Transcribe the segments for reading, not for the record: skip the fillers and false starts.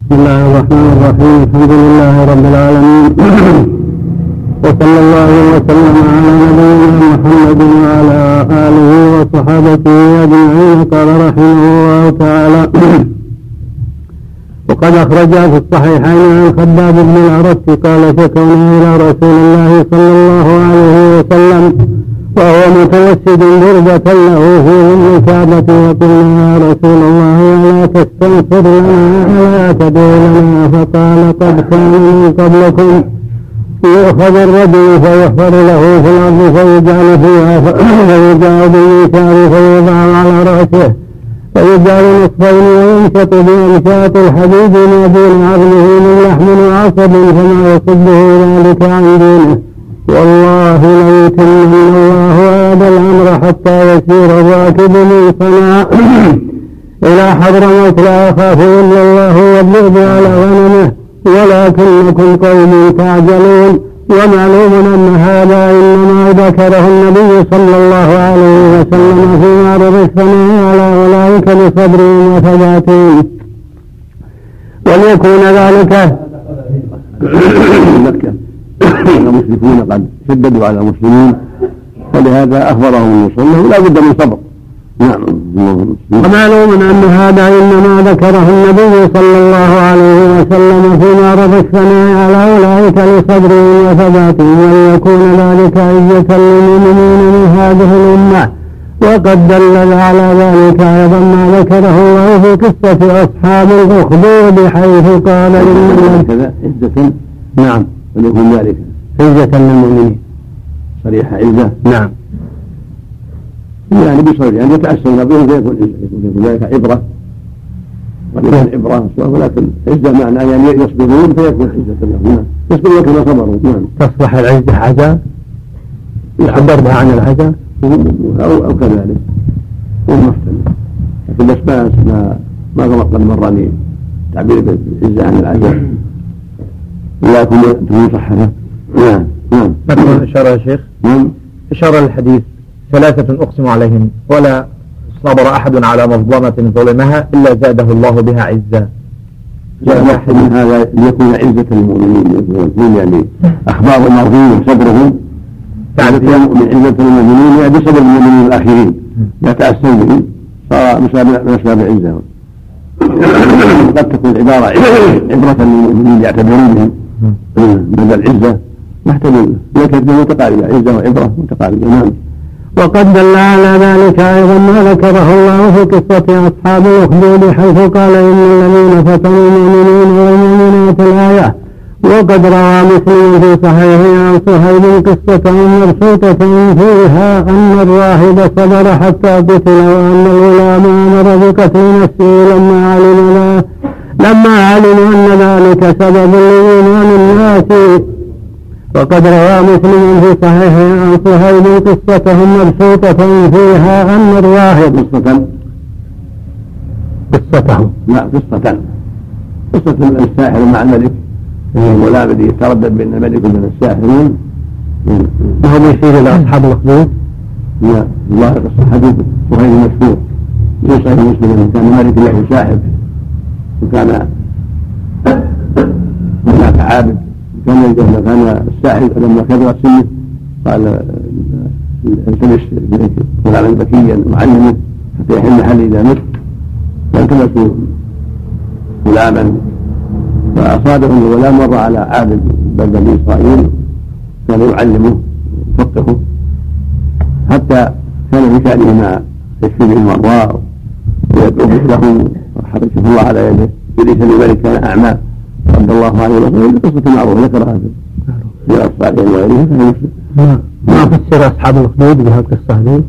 بسم الله الرحمن الرحيم. الحمد لله رب العالمين وصلى الله وسلم على نبينا محمد وعلى آله وصحابته أجمعين. قال رحمه الله تعالى: وقد أخرج في الصحيحين عن خباب بن الأرت قال: شكونا إلى رسول الله صلى الله عليه وسلم وهو متوسد ضربة له في ظل الكعبة، وقلنا: يا رسول الله ألا تستنصر لنا ألا تدعو لنا؟ فقال: قد كان من قبلكم يؤخذ الرجل فيحفر له في الأرض فيجعل فيها فيجعل بالمنشار فيوضع على رأسه فيجعل نصفين وينشط بأنشاط الحديد ما بين عظمه من لحم وعصب فما يصده ذلك عن دينه. والله ليتمن الله هذا الأمر حتى يسير الراكب من صنعاء إلى حضرموت لا يخاف إلا الله والذئب على غنمه ولكنكم قوم تعجلون. ومعلوم أن هذا إنما ذكره النبي صلى الله عليه وسلم في معرض الثناء على أولئك لصبرهم وثباتهم، وليكون ذلك مكة المشركون قد شددوا على المسلمين، فلهذا أخبرهم النبي صلى الله عليه وسلم لا بد من صبر. نعم. ومعلوم أن هذا إنما ذكره النبي صلى الله عليه وسلم في معرض الثناء على أولئك لصبرهم وثباتهم، وليكون ذلك عزة للمؤمنين من هذه الأمة. وقد دل على ذلك أيضا ما ذكره الله في قصة أصحاب الأخدود حيث قال كذا عزة. نعم. وليكون ذلك عزة للمؤمنين صريحة عزة. نعم. يعني بصريح يعني يتأسون بهم فيكون ذلك عبرة، وليكون عبرة ولكن عزة معنى يعني يصبرون فيكون عزة لهم. يصبرون كما صبروا. نعم. تصبح العزة عزاء يعبر بها عن العزاء أو كذلك ومختلف، لكن بس ما قد مرني تعبير بالعزة عن العزاء لا تكون مصحفة. نعم. نعم. مثل إشارة يا شيخ. نعم. إشارة الحديث: ثلاثة أقسم عليهم ولا صبر أحد على مظلمة ظلمها إلا زاده الله بها عزا. جاء من هذا ليكون عزة للمؤمنين، يكون يعني أخبار مرضية صبرهم تعرف من عزة المؤمنين يعني بصبر المؤمنين الآخرين يتأسون بهم صار من أسباب عزهم. قد تكون عبارة عبرة للمؤمنين يعتبرون بهم بدل العزة محتمل، لكن متقاربة عزة وعبرة متقاربة. نعم. وقد دل على ذلك أيضا ما ذكره الله في قصة أصحاب الأخدود حيث قال: إن الذين فتنوا المؤمنين والمؤمنات الآية. وقد روى مسلم في صحيحه عن صهيب قصة مبسوطة فيها أن الراهب صبر حتى قتل، وأن الغلام أمر بقتل نفسه لما علم أن ذلك سبب لإيمان الناس. وقد روى مسلم في صحيحه عن صهيب قصة مبسوطة فيها أن الراهب قصة الساحر مع الملك الغلام الذي يتردد بين الملك وبين الساحرين، وهو يشير إلى أصحاب الأخدود. لا الله قصة حديث صهيب مشهور في صحيح مسلم كان الملك له ساحر وكان هناك عابد كان الساحر لما كبر سنه قال: التمس غلاما ذكيا معلما حتى يحل محلي إذا مت، فالتمسوا غلاما فأصابه الغلام مر على عابد بني إسرائيل كان يعلمه يفقهه حتى كان في شأنه ما يشفي به المرضى ويدعو به لهم وحركه الله على يده. يدرك الملك كان أعمى رد الله عليه وسلم. قصة معروفة ذكرها في الصالحين وغيره فهي مسلم. ما فسر أصحاب الأخدود بهذه القصة هذه؟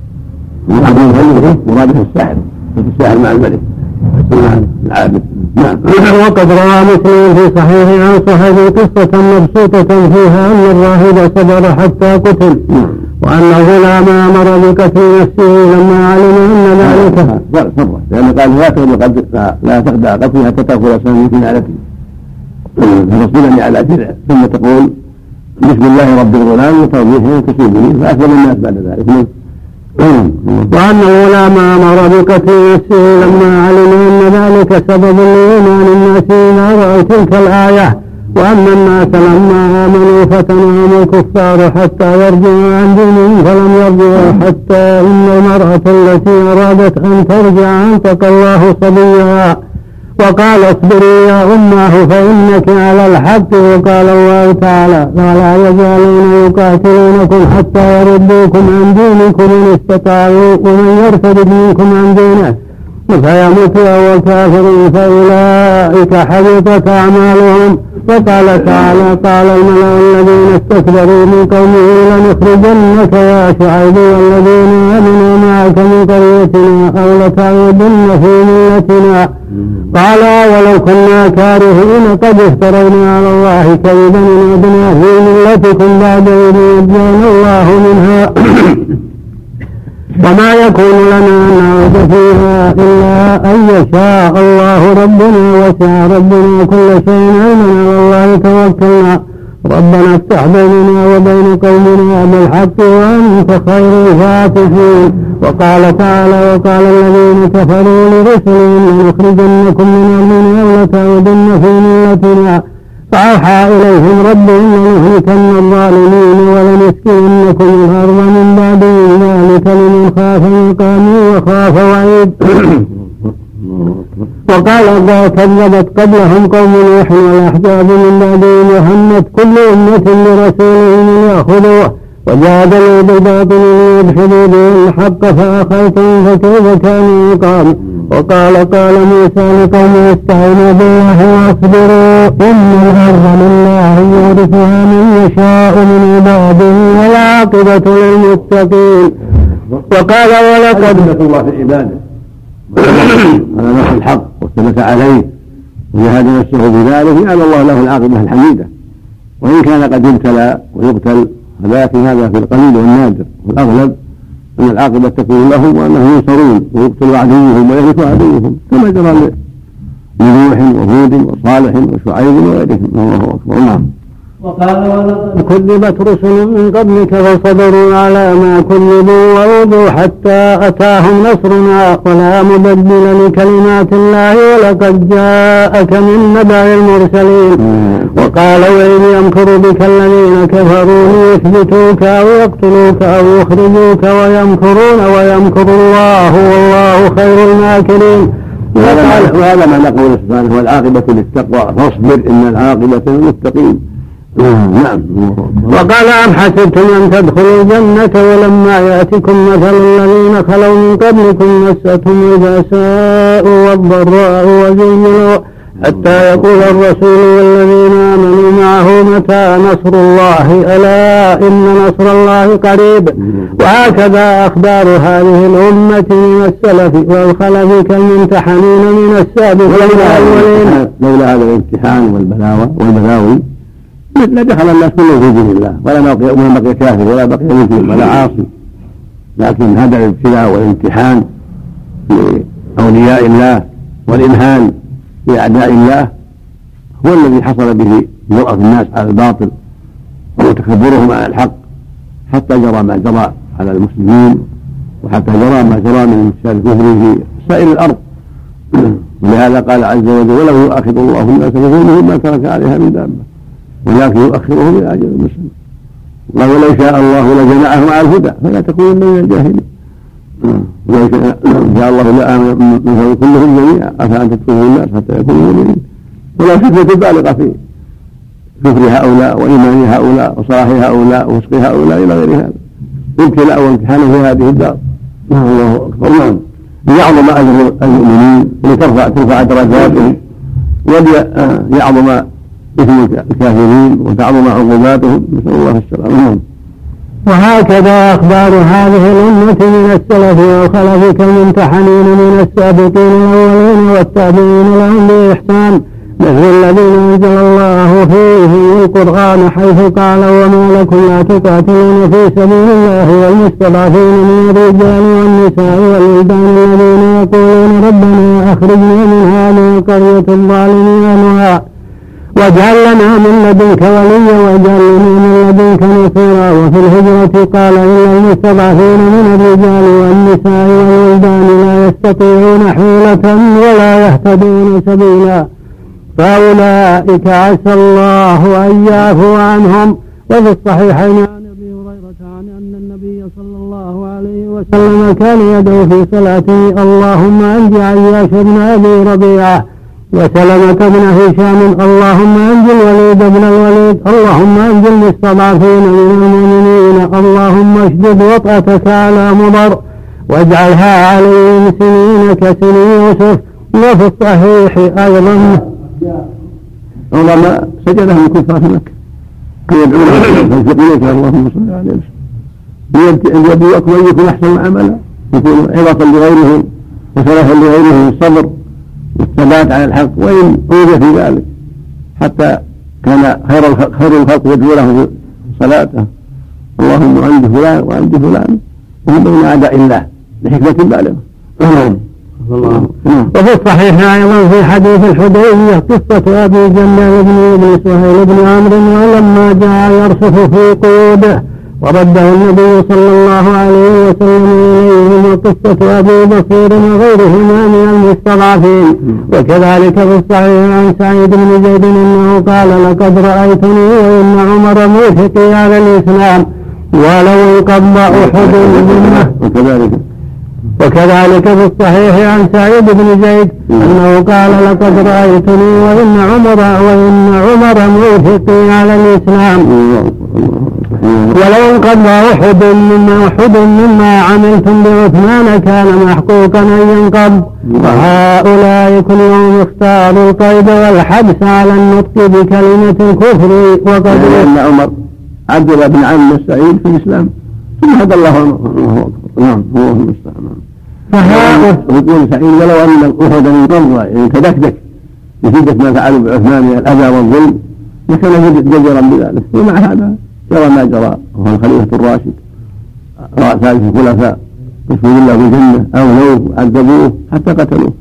مراده الساحر مع الملك العابد. نعم. وقد روى مسلم في صحيحه عن صهيب قصة مبسوطة فيها أن الراهب صبر حتى قتل، وأن الغلام أمر بقتل نفسه لما علم أن ذلك صبر، لأنه قال: لا تخدع قتلي حتى تأخذ سهم في نعلتي، فرسولني على درع ثم تقول بسم الله رب الغلام وتوضيحه وتصيبه فأكبر الناس بعد ذلك. وأن الغلام أمر بقتل نفسه لما علم أن ذلك سبب لإيمان الناس تلك الآية. وأما الناس لما آمنوا فتنهم الكفار حتى يرجعوا عن دينهم فلم يرجعوا، حتى إن المرأة التي أرادت أن ترجع أنطق الله صبيها وقال اصبري يا أمه فإنك على الحق. وقال الله تعالى ولا يزالون يقاتلونكم حتى يردوكم عن دينكم إن استطاعوا، ومن يرتد منكم عن دينه فيموت وهو كافر فأولئك حبطت أعمالهم. وقال تعالى قال الملأ الذين استكبروا من قومه لنخرجنك يا شعيب والذين آمنوا معك من قريتنا أو لتعودن في ملتنا. قال ولو كنا كارهين قد افترينا على الله كذبا إن عدنا في ملتكم بعد إذ نجانا الله منها وما يكون لنا أن نعود فيها إلا أن يشاء الله ربنا وسع ربنا كل شيء علما والله توكلنا ربنا افتح بيننا وبين قومنا بالحق وأنت خير الفاتحين. وقال تعالى وقال الذين كفروا لرسلهم لنخرجنكم من أرضنا ولتعودن في ملتنا فأوحى إليهم ربهم لنهلكن الظالمين ولنسكننكم الأرض من بعدهم ذلك لمن خاف مقامي وخاف وعيد. وقال الله كذبت قبلهم قوم نوح والأحزاب من بعدهم وهمت كل أمة برسولهم ليأخذوه وجادلوا بالباطل ليدحضوا به الحق فأخذتهم فكيف كان عقاب. وقال موسى لقومه استعينوا بالله واصبروا إن الأرض لله يورثها من يشاء من عباده والعاقبة للمتقين. وقال ولقد الله في عباده على نصر الحق والثبات عليه وجاهد نفسه بذلك جعل الله له العاقبة الحميدة. وإن كان قد يبتلى ويقتل ولكن هذا في القليل والنادر، والأغلب أن العاقبة تكون لهم وأنهم ينصرون ويقتل عدوهم ويهلك عدوهم كما جرى لنوح وهود وصالح وشعيب وغيرهم. الله أكبر. نعم. وقال ولقد كذبت رسل من قبلك فصبروا على ما كذبوا وأوذوا حتى أتاهم نصرنا ولا مبدل لكلمات الله ولقد جاءك من نبأ المرسلين. وقال وإذ يمكر بك الذين كفروا ليثبتوك أو يقتلوك أو يخرجوك ويمكرون ويمكر الله والله خير الماكرين. وهذا ما نقول سبحانه والعاقبة للتقوى فاصبر إن العاقبة للمتقين. نعم. وقال أم حسبتم أن تدخلوا الجنة ولما يأتكم مثل الذين خلوا من قبلكم مستهم البأساء والضراء وزلزلوا حتى يقول الرسول والذين آمنوا معه متى نصر الله ألا إن نصر الله قريب. وهكذا أخبار هذه الأمة من السلف والخلف كالممتحنين من السابقين الأولين. لولا هذا الامتحان والبلاوي لدخل الناس كلهم في دين الله ولا بقي كافر ولا بقي مسلم ولا عاصي. لكن هذا الابتلاء والامتحان لأولياء الله والإمهان لأعداء الله هو الذي حصل به جرأة الناس على الباطل وتكبرهم على الحق حتى جرى ما جرى على المسلمين وحتى جرى ما جرى من انتشار الكفر في سائر الأرض. ولهذا قال عز وجل ولو يؤاخذ الله الناس بظلمهم ما ترك عليها من دابة ولكن يؤخرهم إلى أجل مسمى. ولو شاء الله لجمعهم على الهدى فلا تكونن من الجاهلين. ولو شاء الله لآمن كلهم جميعا أفأن تكفروا الناس حتى يكونوا مؤمنين. ولا فتنة بالغة في كفر هؤلاء وإيمان هؤلاء وصلاح هؤلاء وفسق هؤلاء إلى غير هذا. ابتلاء وامتحان في هذه الدار. الله أكبر. نعم. ليعظم أجر المؤمنين ولترفع درجاتهم وليعظم إثم الكافرين وتعظم عقوباتهم. نسأل الله السلامة. وهكذا أخبار هذه الأمة من السلف والخلف كالممتحنين من السابقين الأولين والتابعين لهم بإحسان مثل الذين أنزل الله فيهم القرآن حيث قال وما لكم لا تقاتلون في سبيل الله والمستضعفين من الرجال والنساء والولدان الذين يقولون ربنا أخرجنا من هذه القرية الظالم أهلها واجعل لنا من لدنك وليا واجعل لنا من لدنك نصيرا. وفي الهجرة قال إلا المستضعفين من الرجال والنساء والولدان لا يستطيعون حيلة ولا يهتدون سبيلا. فأولئك عسى الله أن يعفو عنهم. وفي الصحيحين عن أبي هريرة عن أن النبي صلى الله عليه وسلم كان يدعو في صلاته اللهم أنج عياش بن أبي ربيعة وسلمة بن هشام اللهم أنج الوليد بن الوليد اللهم أنج المستضعفين من المؤمنين اللهم اشدد وطأتك على مضر واجعلها عليهم سنين كسنين يوسف. وفي الصحيح أيضا ربما سجدهم الكفار في مكة يدعون فيقولون اللهم صل عليه وسلم ليبلوكم أيكم أحسن عملا يكون عظة لغيرهم وشرفا لغيرهم الصبر والثبات على الحق وإن أوذي في ذلك حتى كان خير الخلق يدعو له في صلاته اللهم عند فلان وعند فلان وهم بين أعداء الله لحكمة بالغة. وفي الصحيح أيضا في حديث الحديبية قصة أبي جندل بن سهيل بن عمرو ولما جاء يرصف في قيوده ورده النبي صلى الله عليه وسلم إليهم وقصة أبي بصير وغيرهما من المستضعفين. وكذلك في الصحيح عن سعيد بن زيد أنه قال لقد رأيتني وإن عمر موثقي على الإسلام ولو انقض أحد منه. وكذلك في الصحيح عن سعيد بن زيد أنه قال لقد رأيتني وإن عمر موثقي على الإسلام ولو انقض أحد مما عملتم بعثمان كان محقوقا أن ينقض. وهؤلاء كلهم اختاروا القيد والحبس على النطق بكلمة الكفر. وقد أن عمر عدل بن عم سعيد في الإسلام ثم هدى الله عنه. نعم هو المستعان. يقول سعيد ولو أن أحد انقض يعني كدكدك يفيدك ما فعلوا بعثمان من الأذى والظلم لكان جديرا بذلك. ومع هذا جرى ما جرى وهو الخليفة الراشد ثالث الخلفاء رسول الله في الجنة أولوه عذبوه حتى قتلوه.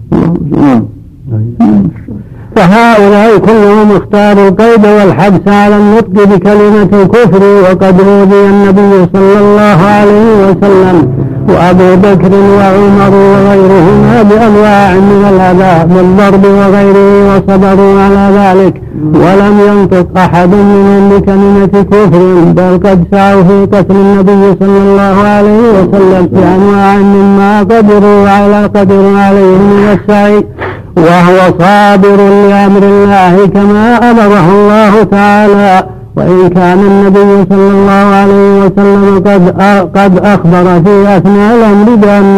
فهؤلاء كلهم اختاروا القيد والحبس على النطق بكلمة الكفر. وقد أوذي النبي صلى الله عليه وسلم وأبو بكر وعمر وغيرهما بأنواع من الأذى والضرب وغيره وصبروا على ذلك ولم ينطق أحد منهم بكلمة كفر بل قد سعوا في قتل النبي صلى الله عليه وسلم بأنواع مما قدروا عليه من السعي وهو صابر لأمر الله كما أمره الله تعالى. وإن كان النبي صلى الله عليه وسلم قد أخبر في أثناء الأمر بأن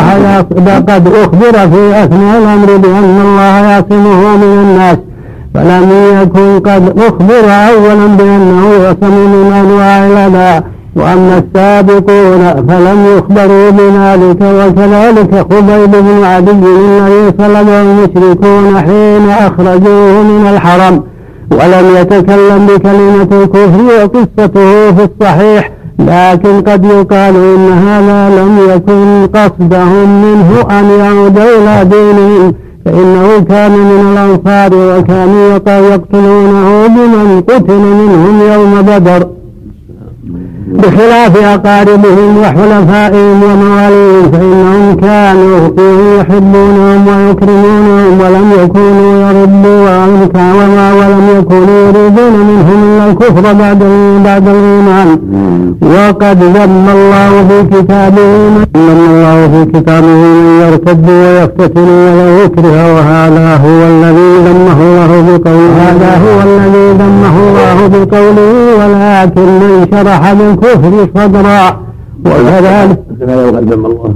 الله يعصمه من الناس فلم يكن قد أخبر أولا بأنه يعصم من أنواع الأذى. وأما السابقون فلم يخبروا بذلك. وكذلك خبيب بن عدي الذي صلبه المشركون حين أخرجوه من الحرم ولم يتكلم بكلمة الكفر وقصته في الصحيح لكن قد يقال إن هذا لم يكن قصدهم منه أن يعود إلى دينهم فإنه كان من الأنصار وكانوا يقتلونه بمن قتل منهم يوم بدر بخلاف أقاربهم وحلفائهم ومواليهم فإنهم كانوا يحبونهم ويكرمونهم ولم يكونوا يريدون منهم إلا الكفر بعد الإيمان. وقد ذم الله في كتابه من يرتد ويفتتن ولو يكره وهذا هو الذي ذمه الله بقوله ولكن من شرح بالكفر صدرا. وكذلك وقد ذم الله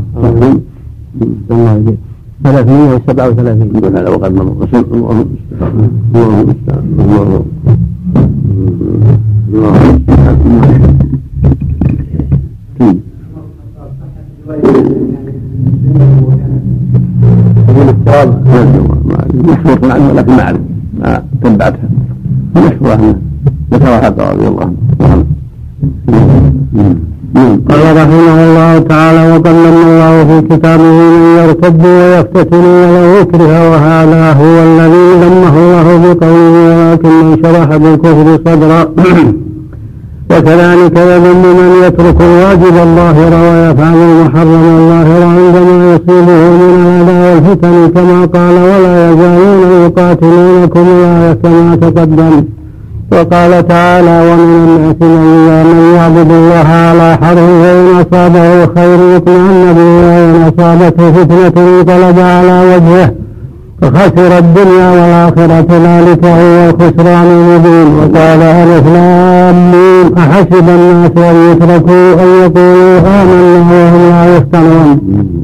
337 هذا وقد ذم الله مشهور عنه لكن ما أعرف ما تبعتها مشهور عنه ذكرها رضي الله عنه. قال رحمه الله تعالى وقد ذم الله في كتابه من يرتد ويفتتن ولو يكره وهذا هو الذي ذمه الله بقوله ولكن من شرح بالكفر صدرا. وكذلك يذم من يترك الواجب الظاهر ويفعل المحرم الظاهر عندما يصيبه من الأذى والفتن كما قال ولا يزالون يقاتلونكم الآية كما تقدم. وقال تعالى: ومن الناس من يعبد الله على حرف فإن أصابه خير اطمأن به وإن أصابته فتنة انقلب على وجهه فخسر الدنيا والآخرة ذلك هو الخسران المبين. وقال: ألف لام ميم أحسب الناس أن يتركوا أن يقولوا آمنا وهم لا يفتنون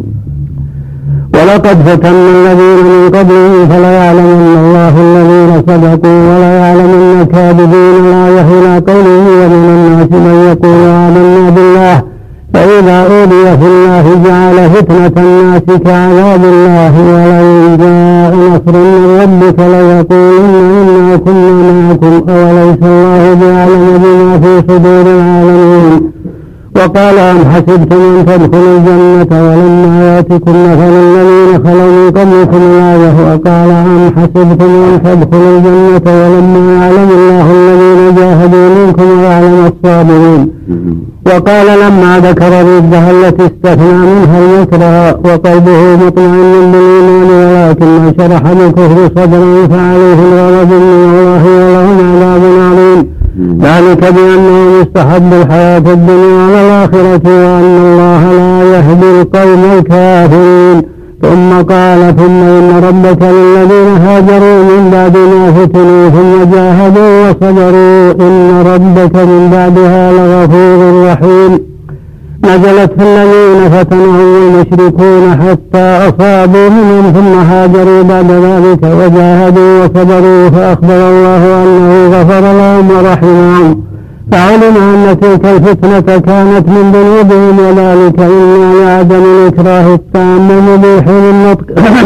ولقد فتنا الذين من قبلهم فليعلمن الله الذين صدقوا وليعلمن الكاذبين لا يهون قوله. ومن الناس من يقول آمنا بالله فإذا أوذي في الله جعل فتنة الناس كعذاب الله ولئن جاء نصر من ربك ليقولن إنا كنا معكم أوليس الله بأعلم بما في صدور العالمين. وقال: أم حسبتم أن تدخلوا الجنة ولما يأتكم مثل الذين خلوا من قبلكم الآية. وقال: أم حسبتم أن تدخلوا الجنة ولما يعلم الله الذين جاهدوا منكم ويعلم الصابرين. وقال: لما ذكر الردة التي استثنى منها المكره وقلبه مطمئن بالإيمان ولكن من شرح بالكفر صدرا فعليه الغضب من الله ولهم عذاب عظيم. ذلك بأنه يستحب الحياة الدنيا على الآخرة وأن الله لا يهدي القوم الكافرين. ثم قال: ثم إن ربك للذين هاجروا من بعد ما فتنوا ثم جاهدوا وصبروا إن ربك من بعدها لغفور رحيم. نزلت في الذين فتنهم المشركون حتى أصابوا منهم ثم هاجروا بعد ذلك وجاهدوا وصبروا فأخبر الله أنه غفر لهم ورحمهم فعلم أن تلك الفتنة كانت من ذنوبهم وذلك إلا لعدم الإكراه التام المبيح للنطق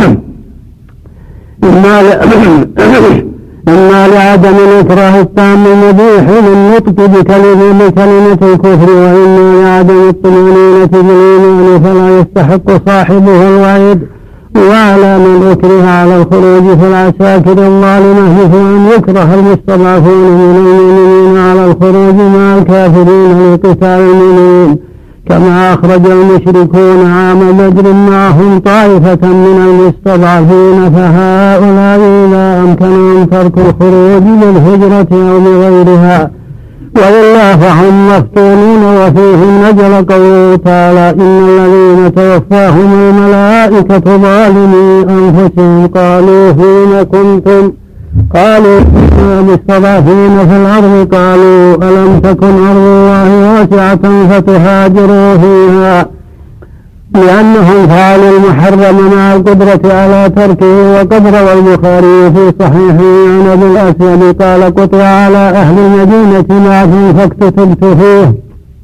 إما لعدم الإكراه التام المبيح للنطق بكلمة الكفر وإما لعدم الطمأنينة بالإيمان فلا يستحق صاحبه الوعيد. وعلى من أكره على الخروج في العساكر الظالمة مثل أن يكره المستضعفون من المؤمنين على الخروج مع الكافرين لقتال المؤمنين كما أخرج المشركون عام بدر معهم طائفة من المستضعفين فهؤلاء إذا أمكنهم ترك الخروج بالهجرة أو بغيرها وإلا فهم مفتونون. وفيهم نزل قوله تعالى: إن الذين توفاهم الملائكة ظالمي أنفسهم قالوا فيما كنتم قالوا كنا مستضعفين في الأرض قالوا ألم تكن أرض الله واسعة فتهاجروا فيها لأنهم فعلوا المحرم مع القدرة على تركه. وقد روى البخاري في صحيحه عن أبي الأسود قال: قطع على أهل المدينة معهم فاكتتبت فيه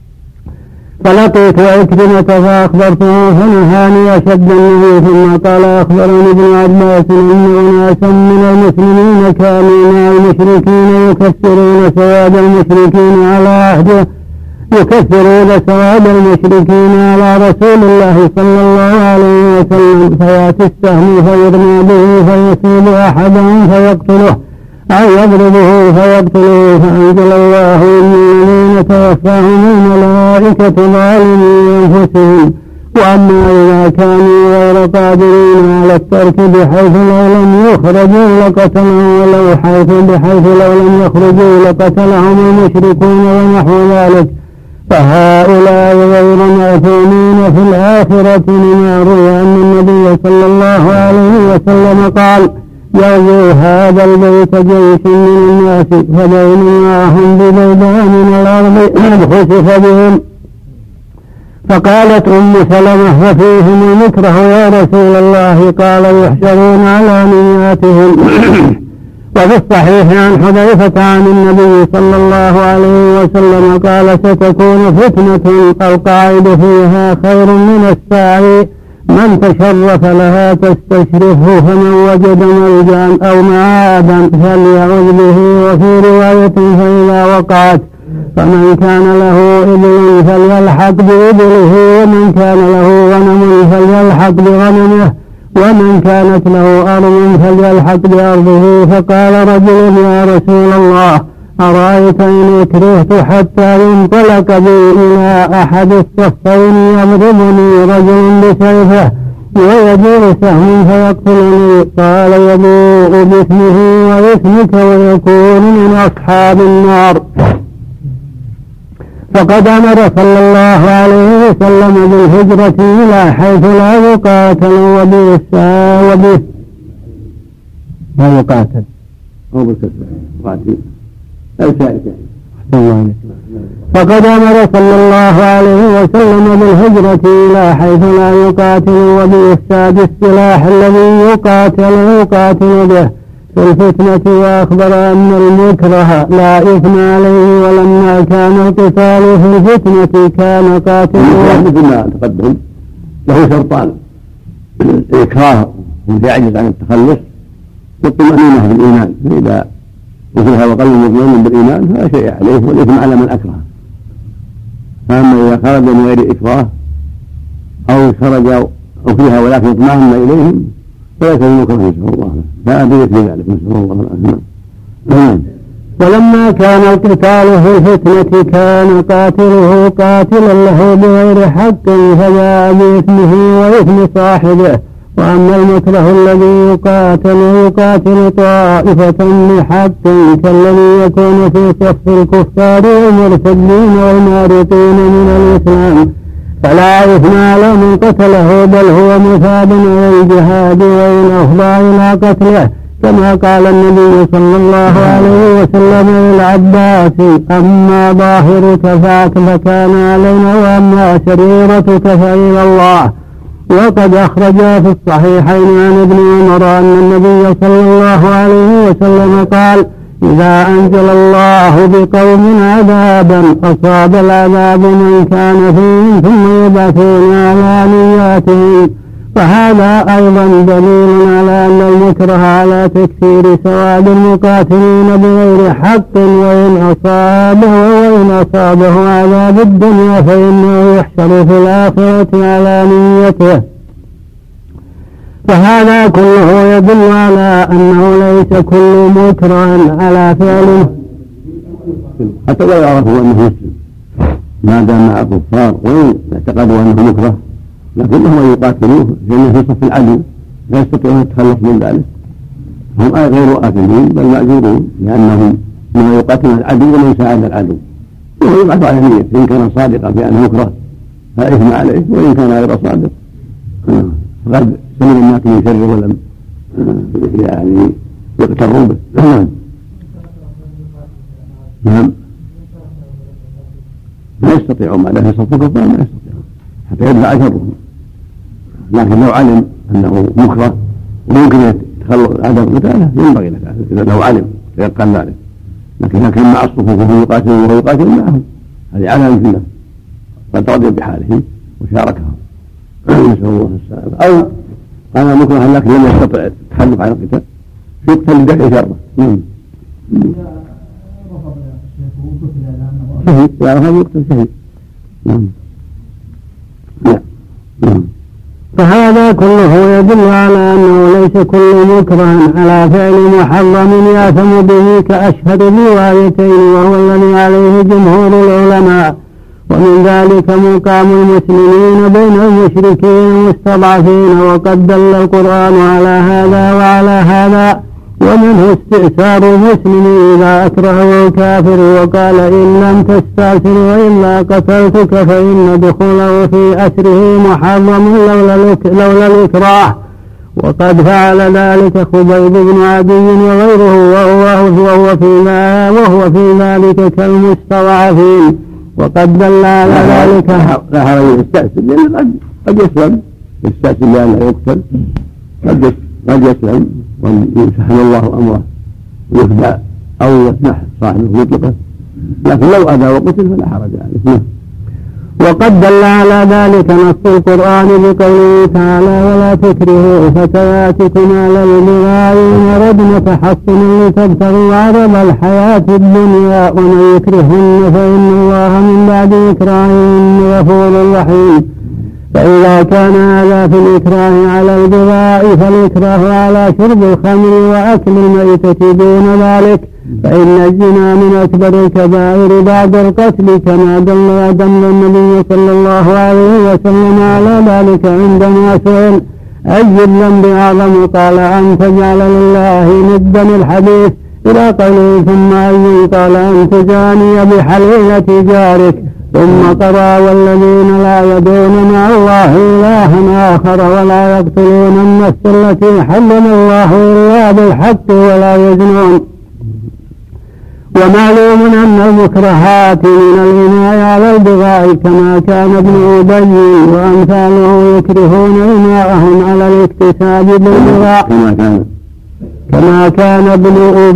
فلقيت عكرمة فأخبرته فنهاني أشد النهي. ثم قال: أخبرني ابن عباس أن أناسا من المسلمين كانوا مع المشركين يكثرون سواد المشركين على رسول الله صلى الله عليه وسلم فيأتي السهم فيرمى به فيصيب أحدهم فيقتله أو يضربه فيقتله فأنزل الله: إن الذين توفاهم الملائكة ظالمي أنفسهم. وأما إذا كانوا غير قادرين على الترك بحيث لو لم يخرجوا لقتلهم بحيث لو لم يخرجوا لقتلهم المشركون ونحو ذلك فهؤلاء غير مأثومين في الآخرة. لما روي أن النبي صلى الله عليه وسلم قال: يغزو هذا البيت جيش من الناس فبينما هم ببيداء من الأرض خسف بهم. فقالت أم سلمة: ففيهم المكره يا رسول الله؟ قال: يحشرون على نياتهم. وفي الصحيح عن حذيفة عن النبي صلى الله عليه وسلم قال: ستكون فتنة القاعد فيها خير من الساعي من تشرف لها تستشرفه فمن وجد ملجأ أو معادا فليعذ به. وفي رواية: فإذا وقعت فمن كان له إبل فليلحق بإبله ومن كان له غنم فليلحق بغنمه ومن كانت له أرض فليلحق بأرضه. فقال رجل: يا رسول الله أرأيت إن أكرهت حتى ينطلق بي إلى أحد الصفين يضربني رجل بسيفه ويجور سهم فيقتلني، قال يبوء باسمه واسمك ويكون من أصحاب النار. فقد أمر صلى الله عليه وسلم بالهجرة إلى حيث لا يقاتل وبه لا يقاتل أو بالكسر فقد أمر صلى الله عليه وسلم بالهجرة إلى حيث لا يقاتل وبإفساد السلاح الذي يقاتل به في الفتنة، وأخبر أن المكره لا إثم عليه، ولما كان القتال في الفتنة كان قاتله مثل ما تقدم له شرطان: الإكراه وفي عجز عن التخلص، والطمأنينة في الإيمان، فإذا وفيها وقلب مطمئن بالإيمان فلا شيء عليه، والإثم على من أكره. فأما إذا خرج من غير إكراه أو خرج فيها ولكن اطمأن إليهم فليس المكره نسأل الله له، لا أدري في ذلك نسأل الله العافية. ولما كان القتال في الفتنة كان قاتله قاتلا له بغير حق، فجاء بإثمه وإثم صاحبه. وأما المكره الذي يقاتل طائفة بحق كالذي يكون في صف الكفار والمرتدين والمارقين من الإسلام فلا إثم على من قتله، بل هو مثاب على الجهاد وإن أفضى إلى قتله، كما قال النبي صلى الله عليه وسلم للعباس: أما ظاهرك فكان علينا، وأما سريرتك فإلى الله. وقد أخرج في الصحيحين عن ابن عمر أن النبي صلى الله عليه وسلم قال: إذا أنزل الله بقوم عذابا أصاب العذاب من كان فيهم ثم يبعثون على نياتهم. فهذا أيضا دليل على أن المكره على تكثير سواد المقاتلين بغير حق، وإن أصابه عذاب الدنيا فإنه يحشر في الآخرة على نيته. فهذا كله يدل على أنه ليس كل مكره على فعله، حتى لا يعرفوا أنه مسلم ما دام مع الكفار، وإن اعتقدوا أنه مكره لكنهم يقاتلوه لأنه في صف العدو لا يستطيعون التخلص من ذلك. هم غير آثمين بل مأجورون، لأنهم ما يقاتلون العدو ومن ساعد العدو، وهو يبعث على نية، إن كان صادقا في أنه مكره فلا إثم عليه، وإن كان غير صادق فقد سمع الناس من شر ولم يعني يقتروا به. نعم لا يستطيعون، ما دام يصف الكفار لا يستطيعون حتى يدفع شرهم. لكن لو علم أنه مكره وممكن يتخلص عدم قتاله ينبغي لك إذا لو علم يقال ذلك. لكن إذا كان مع الصفوف وهو يقاتل وهو يقاتل معهم هذه علامة فينا، قد رضي بحالهم وشاركهم نسأل الله السلامة. أو أنا مكره لكن لم يستطع التخلف عن القتال يقتل لدفع شره. شهيد لا رفض يقتل شهيد. فهذا كله يدل على أنه ليس كل مكره على فعل محرم يأثم به كأشهد الروايتين، وهو الذي عليه جمهور العلماء. ومن ذلك مقام المسلمين بين المشركين المستضعفين، وقد دل القرآن على هذا وعلى هذا. ومنه استئثار المسلم إذا أكرهه الكافر وقال: إن لم تستأثر وإلا قتلتك، فإن دخوله في أسره محرم لولا الإكراه. وقد فعل ذلك خبيب بن عدي وغيره، وهو في ذلك كالمستضعفين. وقد دل على ذلك لا حرج يستأثر، لأن قد يسلم يستأثر لأن لا يقتل، قد يسلم ويسهل الله أمره ويخدع أو يسمح صاحبه يطلقه، لكن لو أذى وقتل فلا حرج عليه. وقد دل على ذلك نص القرآن بقوله تعالى: ولا تكرهوا فتياتكم على البغاء إن أردنا تحصنا لتبتغوا عرض الحياة الدنيا، ومن يكرهن فإن الله من بعد إكراههن غفور رحيم. فإذا كان هذا في الإكراه على البغاء فالإكراه على شرب الخمر وأكل الميتة دون ذلك، فإن الزنا من أكبر الكبائر بعد القتل، كما دل النبي صلى الله عليه وسلم على ذلك عندما سئل: أي الذنب أعظم؟ قال أن تجعل لله ندا الحديث إلى قوله ثم أي؟ قال أن تجاني بحليلة جارك، ثم قضى والذين لا يدعون مع الله إلها آخر ولا يقتلون النفس التي حرم الله إلا بالحق ولا يزنون. ومعلوم أن المكرهات من الإماء على البغاء كما كان ابن أبي وأمثاله يكرهون إماءهم على الاكتساب بالبغاء كما كان ابن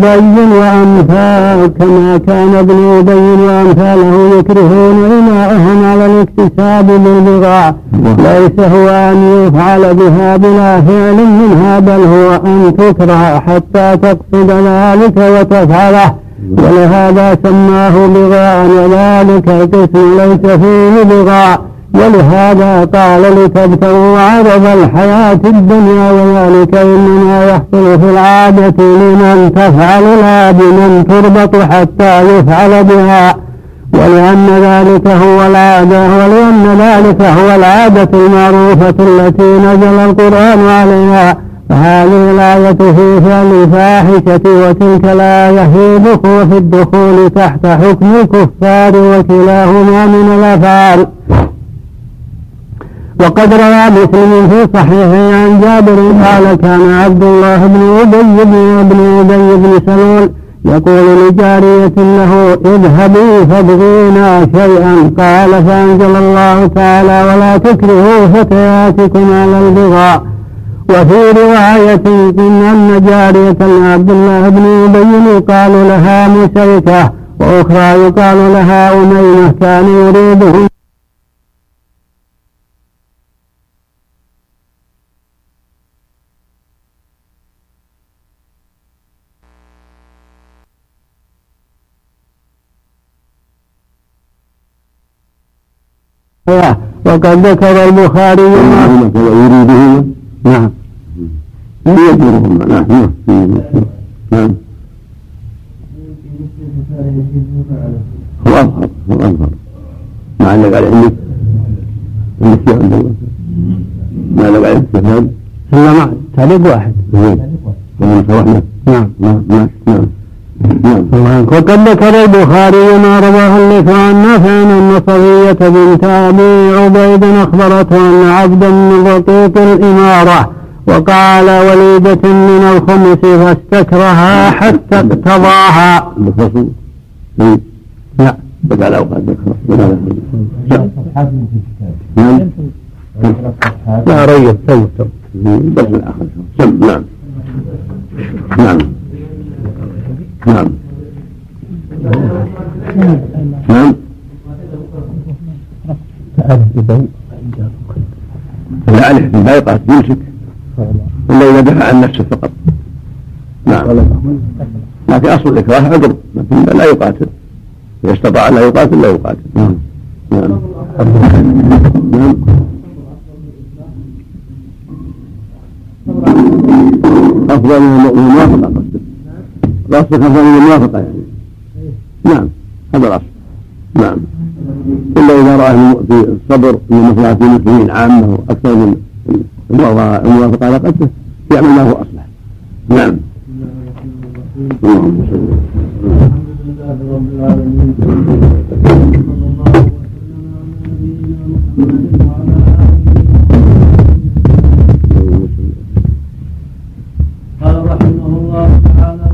أبي وأمثاله يكرهون إماءهم على الاكتساب بالبغاء، ليس هو أن يفعل بها بلا فعل منها، بل هو أن تكره حتى تقصد ذلك وتفعله، ولهذا سماه بغاء، وذلك القسم ليس فيه بغاء، ولهذا قال لتبتغوا عرض الحياة الدنيا، وذلك إنما يحصل في العادة لمن تفعل لا بمن تربط حتى يفعل بها، ولأن ذلك هو العادة المعروفة التي نزل القرآن عليها، فهذه الآية في فعل الفاحشة، وتلك الآية في الدخول تحت حكم الكفار، وكلاهما من الأفعال. وقد روى مسلم في صحيحه عن جابر قال كان عبد الله بن أبي بن سلول يقول لجارية له اذهبي فابغينا شيئا، قال فأنزل الله تعالى ولا تكرهوا فتياتكم على البغاء. وفي رواية أن جارية عبد الله بن أبي يقال لها مسيكة، وأخرى يقال لها أميمة، كان يريدهم وقد ذكر البخاري يريدهما نعم يجبرهما نعم هو أظهر ما علق على عندك ما علق على الشهاد إلا مع تعليق واحد وقد ذكر البخاري ما رواه الليث عن نافع أن صفية بنت أبي عبيد أخبرته أن عبدا من رقيق الإمارة وقال وليدة من الخمس فاستكرها حتى اقتضاها. لا بقى الأوقات لا ريب سمت بس الآخر نعم نعم نعم نعم لا عليه في البيقات يمسك إلا إذا دفع عن نفسه فقط. نعم لكن أصل الإكراه عذر لكن لا يقاتل، إذا استطاع لا يقاتل لا يقاتل. نعم نعم نعم أفضل من الموافقة الأصل أفضل من الموافقة يعني. نعم هذا الأصل. نعم إلا إذا رأى في الصبر من مصلحة المسلمين عامة أكثر من الموافقة على قتله يعمل ما هو أصلح. نعم اللهم صل قال رحمه الله تعالى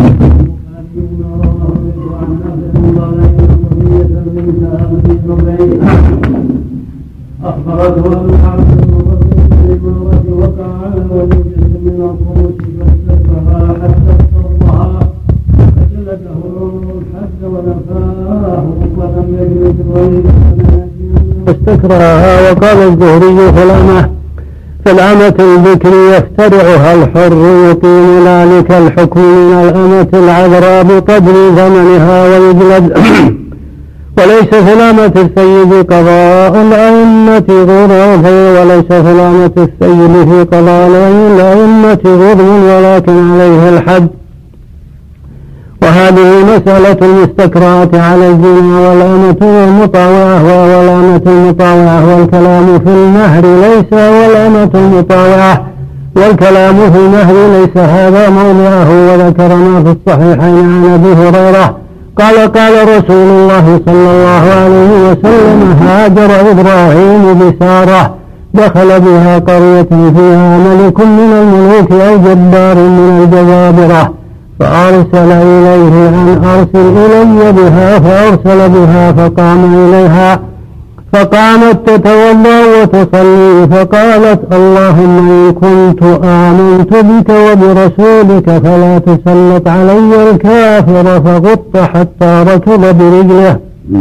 أخبرته أن حافظ الإمارة وقع على وليدة من الخمس فاستكبرها حتى اقتضاها فجلده العمر الحد ونفاه ولم يجلد الوليد فاستكرهها. وقال الزهري في الأمة البكر يفترعها الحر يقيم ذلك الحكم من الأمة العذراء بقدر زمنها ويجلد. وليس في الأمة السيد قضاء الأئمة غرف، وليس في الأمة السيد في قضاء الأئمة غرم ولكن عليه الحد. وهذا هذه مسألة المستكرات على الزنا والأمة المطاوعة والأمة المطاوعة، والكلام في المهر ليس والأمة المطاوعة، والكلام في المهر ليس هذا موضعه. وذكر ما في الصحيحين عن أبي هريرة قال قال رسول الله صلى الله عليه وسلم: هاجر إبراهيم بسارة، دخل بها قرية فيها ملك من الملوك أو جبار من الجبابرة، فأرسل إليه أن أرسل إلي بها، فأرسل بها فقام إليها، فقامت تتوضأ وتصلي، فقالت: اللهم إن كنت آمنت بك وبرسولك فلا تسلط علي الكافر، فغط حتى ركض برجله.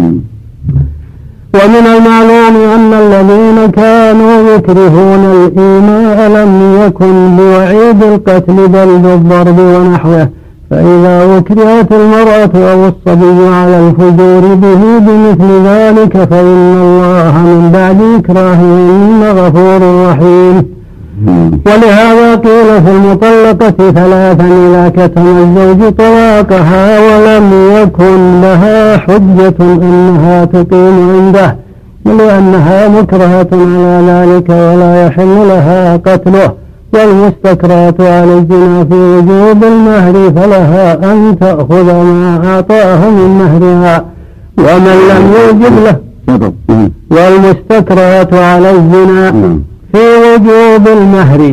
ومن المعلوم أن الذين كانوا يكرهون الإيماء لم يكن بوعيد القتل بل بالضرب ونحوه، فإذا أكرهت المرأة أو الصبي على الفجور به بمثل ذلك فإن الله من بعد إكراههن غفور رحيم. ولهذا قيل في المطلقة ثلاثا إذا كتم الزوج طلاقها ولم يكن لها حجة أنها تقيم عنده، لأنها مكرهة على ذلك ولا يحل لها قتله. والمستكرات على الزنا في وجوب المهر فلها أن تأخذ ما أعطاه من مهرها، ومن لم يوجب له. والمستكرات على الزنا في وجوب المهر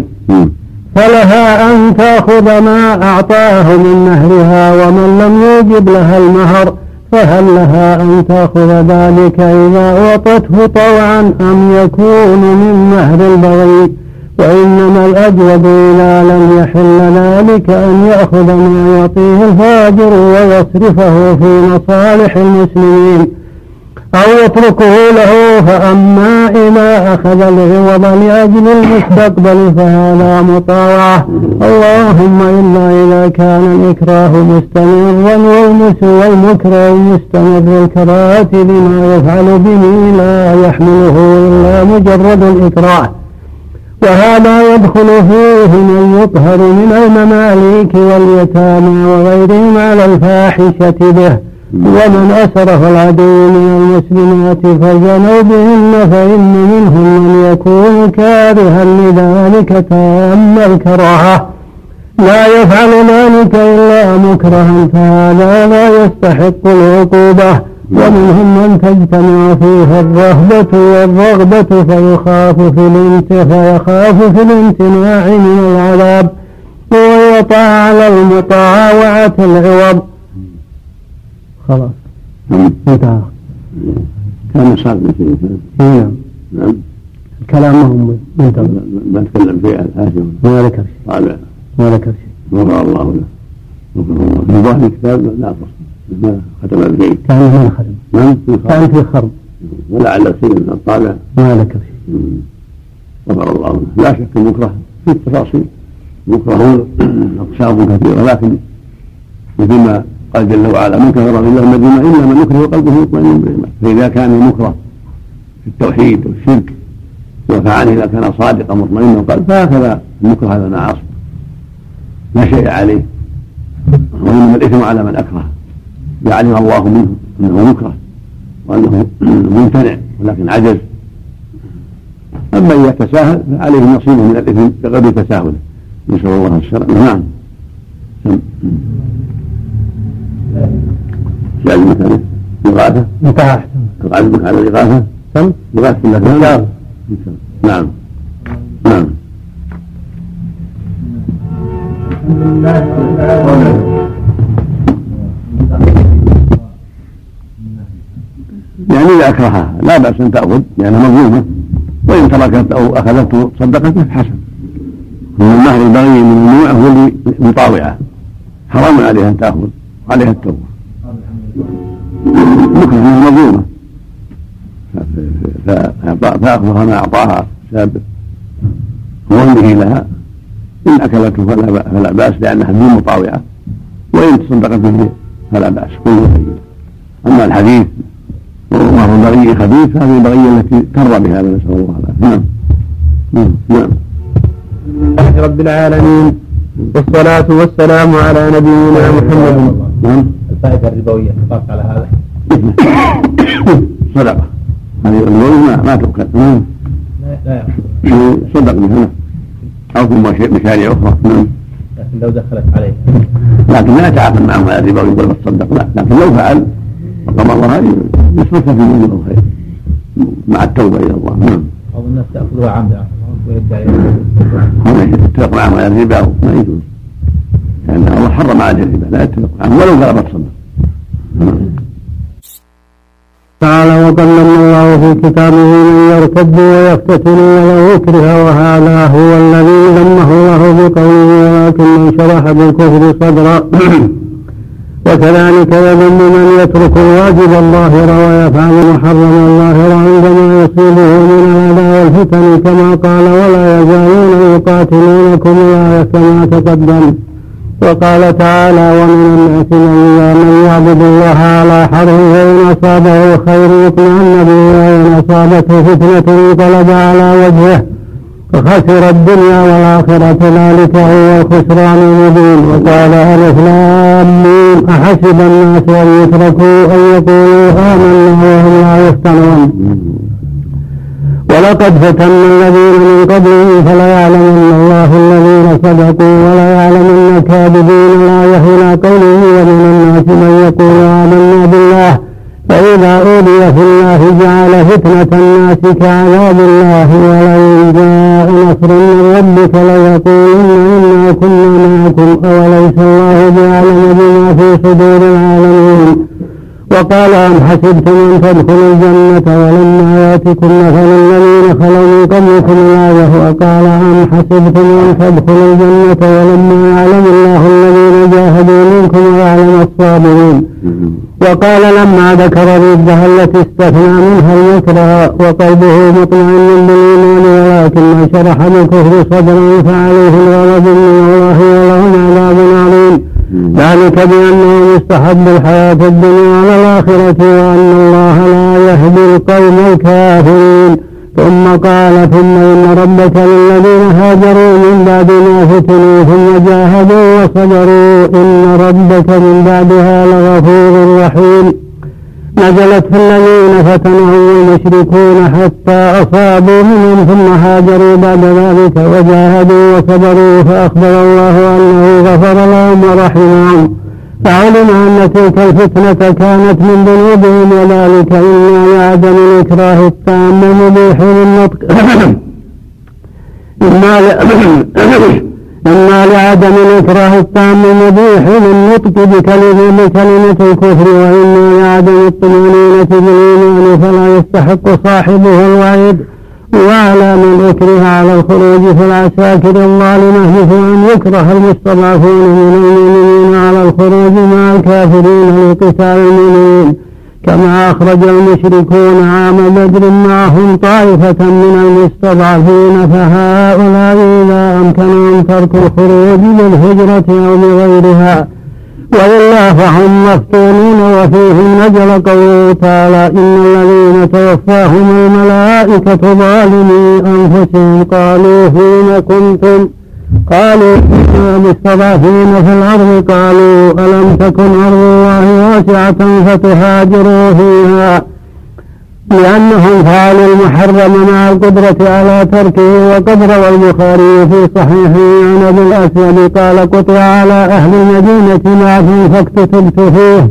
فلها أن تأخذ ما أعطاه من مهرها، ومن لم يوجب لها المهر فهل لها أن تأخذ ذلك إذا أعطته طوعا أم يكون من مهر البغي؟ وإنما الأجود إذا لم يحل ذلك أن يأخذ ما يعطيه الفاجر ويصرفه في مصالح المسلمين أو يتركه له. فأما إذا أخذ العوض لأجل المستقبل فهذا مطاوعة، اللهم إلا إذا كان الإكراه مستمرا والمكره مستمر الكراهة لما يفعل به لا يحمله إلا مجرد الإكراه، وهذا يدخل فيه من يطهر من المماليك واليتامى وغيرهم على الفاحشة به. ومن أسرف العدو من المسلمات فزنوا بهن فإن منهم من يكون كارها لذلك تام الكراهة، لا يفعل ذلك إلا مكرها فهذا لا يستحق العقوبة. ومنهم من تجتمع فيه الرهبة والرغبة فيخاف في الامتناع من العذاب ويطاع على المطاوعة العوض. خلاص انتهى. كان صار نعم. كلامهم منتظر. ما تكلم فيه الحاكم ما ذكر شيء. ما ذكر شيء. غفر الله له. في ظاهر الكتاب لا تصل ما ختم البيت. كان من خدم. كان في خرب. ولعل شيء من الطابع. ما ذكر شيء. غفر الله له. لا شك المكره في التفاصيل. المكره أقسام كثيرة، لكن مثل ما قال جل وعلا: من كفر بالله المدينة إلا من يكره وقلبه مطمئن بالإيمان. فإذا كان المكره في التوحيد والشرك وفعله إذا كان صادقا مطمئنا القلب فهكذا المكره على المعاصي لا شيء عليه، وإنما الإثم على من أكره يعلم الله منه أنه مكره وأنه ممتنع ولكن عجز. أما إذا تساهل فعليه نصيبه من الإثم بغير تساهله، نسأل الله السلامة. نعم. سؤال مثلا إغاثة انتهى. أقعدك على الإغاثة إغاثة الله. نعم. نعم. يعني إذا أكرهها لا بأس أن تأخذ لأنها مظلومة، وإن تركت أو أخذته صدقته حسن. المهر البغي من الممنوع هو اللي مطاوعة، حرام عليها أن تأخذ، عليها التوبة. مكرهة مظلومة فأخذها ما أعطاها سابق وظنه لها، إن أكلته فلا بأس لأنها بدون مطاوعة، وإن تصدقت به فلا بأس كله خير. أما الحديث ومهر البغي خبيث هذه البغية التي تر بها نسأل الله العافية. نعم. نعم. لله رب العالمين والصلاة والسلام على نبينا محمد. نعم. الفائدة الربوية تقاس على هذا؟ صدقة هذه الربوية ما تؤكل لا صدق منها أو في مشاريع أخرى لكن لو دخلت عليه لكن لا يتعاقد معهم على الربا ويقول بتصدق لا، لكن لو فعل وقبضها يصرفها في موجب الخير مع التوبة إلى الله. بعض الناس تأخذها عمدا ويدعي هذا يتفق معهم على الربا ما يجوز لأن الله حرم على الربا لا يتفق معهم ولو قال بتصدق. تعالى وقلنا الله في كتابه من يرتد ويفتتن ولو يكره وهذا هو الذي ذمه الله بقوله ولكن من شرح بالكفر صدرا وكذلك يذم من يترك الواجب الظاهر ويفعل محرم الظاهر عندما يصيبه من الأذى والفتن كما قال ولا يزالون يقاتلونكم الآية كما تقدم. وقال تعالى ومن الناس من يعبد الله على حرف فإن أصابه خير يطمئن به وإن أصابته فتنة انقلب على وجهه فخسر الدنيا والآخرة ذلك هو الخسران المبين. وقال ألف لام ميم أحسب الناس أن يتركوا أن يقولوا آمنا وهم لا يفتنون ولقد فتنا الذين من قبلهم فليعلمن الله الذين صدقوا وليعلمن الكاذبين الآية إلى قوله ومن الناس من يقول آمنا بالله فإذا أوذي في الله جعل فتنة الناس كعذاب الله ولئن جاء نصر من ربك ليقولن إنا كنا معكم أوليس الله بأعلم بما في صدور العالمين. وقال أم حسبتم أن تدخلوا الجنة ولما يأتكم مثل الذين خلوا من قبلكم الآية وقال أم حسبتم أن تدخلوا الجنة ولما يعلم الله الذين جاهدوا منكم ويعلم الصابرين. وقال لما ذكر الردة التي استثنى منها المكره وقلبه مطمئن بالإيمان ولكن من شرح بالكفر صدرا فعليه الغضب من الله ولهم عذاب عظيم ذلك بأنه يستحب الحياة الدنيا على الآخرة وأن الله لا يهدي القوم الكافرين. ثم قال ثم إن ربك للذين هاجروا من بعد ما فتنوا ثم جاهدوا وصبروا إن ربك من بعدها لغفور رحيم. نزلت في الذين فتنهم المشركون حتى أصابوا منهم ثم هاجروا بعد ذلك وجاهدوا وصبروا فأخبر الله أنه غفر لهم ورحمهم فعلم أن تلك الفتنة كانت من ذنوبهم وذلك إما لعدم الإكراه التام المبيح للنطق إما لعدم الإكراه التام المبيح للنطق بكلمة الكفر وإما لعدم الطمأنينة بالإيمان فلا يستحق صاحبه الوعيد. وعلى من أكره على الخروج في العساكر الظالمة مثل أن يكره المستضعفون من المؤمنين على الخروج مع الكافرين لقتال المؤمنين كما أخرج المشركون عام بدر معهم طائفة من المستضعفين فهؤلاء إذا أمكنهم ترك الخروج بالهجرة أو بغيرها وإلا فهم مفتونون. وفيهم نزل قوله تعالى إن الذين توفاهم الملائكة ظالمي أنفسهم قالوا فيما كنتم قالوا كنا مستضعفين في الأرض قالوا ألم تكن أرض الله واسعة فتهاجروا فيها لأنهم فعلوا المحرم مع القدرة على تركه. وقد روى البخاري في صحيحه عن أبي الأسود قال قطع على أهل المدينة معهم فاكتتبت فيه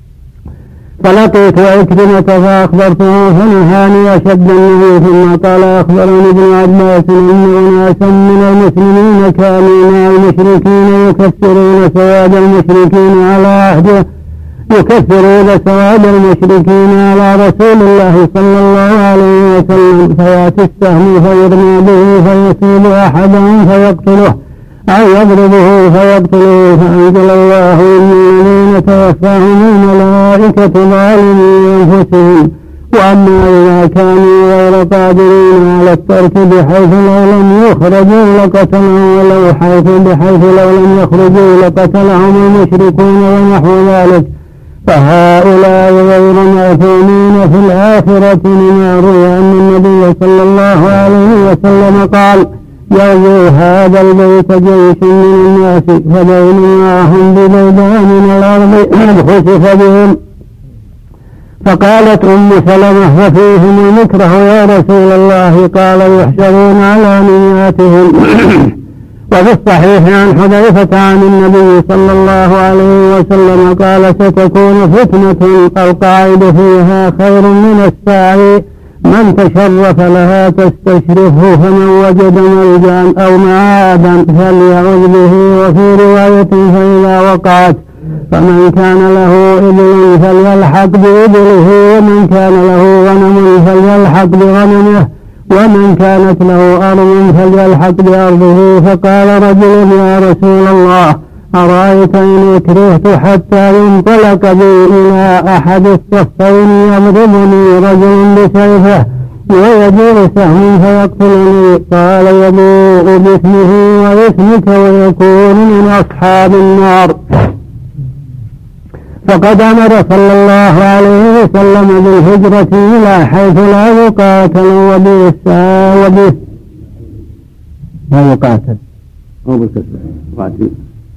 فلقيت عكرمة فأخبرته فنهاني أشد النهي ثم قال أخبرني ابن عباس أن أناسا من المسلمين كانوا مع المشركين يكفرون سواد المشركين على عهده يكفرون سواد المشركين على رسول الله صلى الله عليه وسلم فيأتي السهم فيرمى به فيصيب أحدهم فيقتله أو يضربه فيقتله فأنزل الله إن الذين توفاهم الملائكة ظالمي أنفسهم وأما إذا كانوا غير قادرين على الترك بحيث لو لم يخرجوا لقتلهم ولو بحيث لو لم يخرجوا لقتلهم المشركون ونحو ذلك فهؤلاء غير مأثومين في الآخرة لما روي أن النبي صلى الله عليه وسلم قال يغزو هذا البيت جيش من الناس فبينما هم ببيدان من الأرض خسف بهم فقالت أم سلمة وفيهم المكره يا رسول الله قال يحشرون على نياتهم. وفي الصحيح عن حذيفة عن النبي صلى الله عليه وسلم قال ستكون فتنة القاعد فيها خير من الساعي من تشرف لها تستشرفه فمن وجد ملجأ أو معادا فليعوذ به. وفي رواية فإذا وقعت فمن كان له إبل فليلحق بإبله ومن كان له غنم فليلحق بغنمه ومن كانت له أرض فليلحق بأرضه. فقال رجل يا رسول الله أرأيت إن أكرهت حتى ينطلق بي إلى أحد الصفين يضربني رجل بسيفه ويجيء سهم فيقتلني قال يبوء باسمه واسمك ويكون من أصحاب النار. فقد أمر صلى الله عليه وسلم بالهجرة إلى حيث لا يقاتل لا يقاتل أو بالكسر قاتل